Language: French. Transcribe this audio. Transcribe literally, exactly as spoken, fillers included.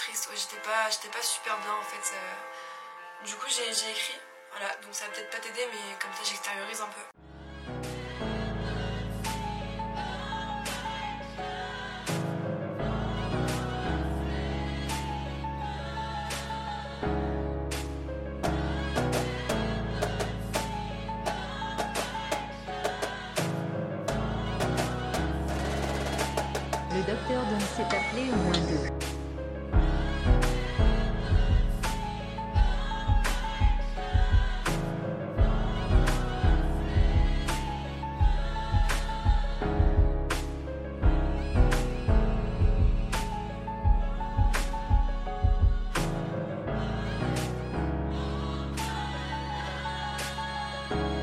triste, ouais, j'étais pas, j'étais pas super bien en fait. Euh, du coup j'ai écrit, voilà, donc ça va peut-être pas t'aider mais comme ça j'extériorise un peu. Le docteur donc s'est appelé au moins deux. Thank you.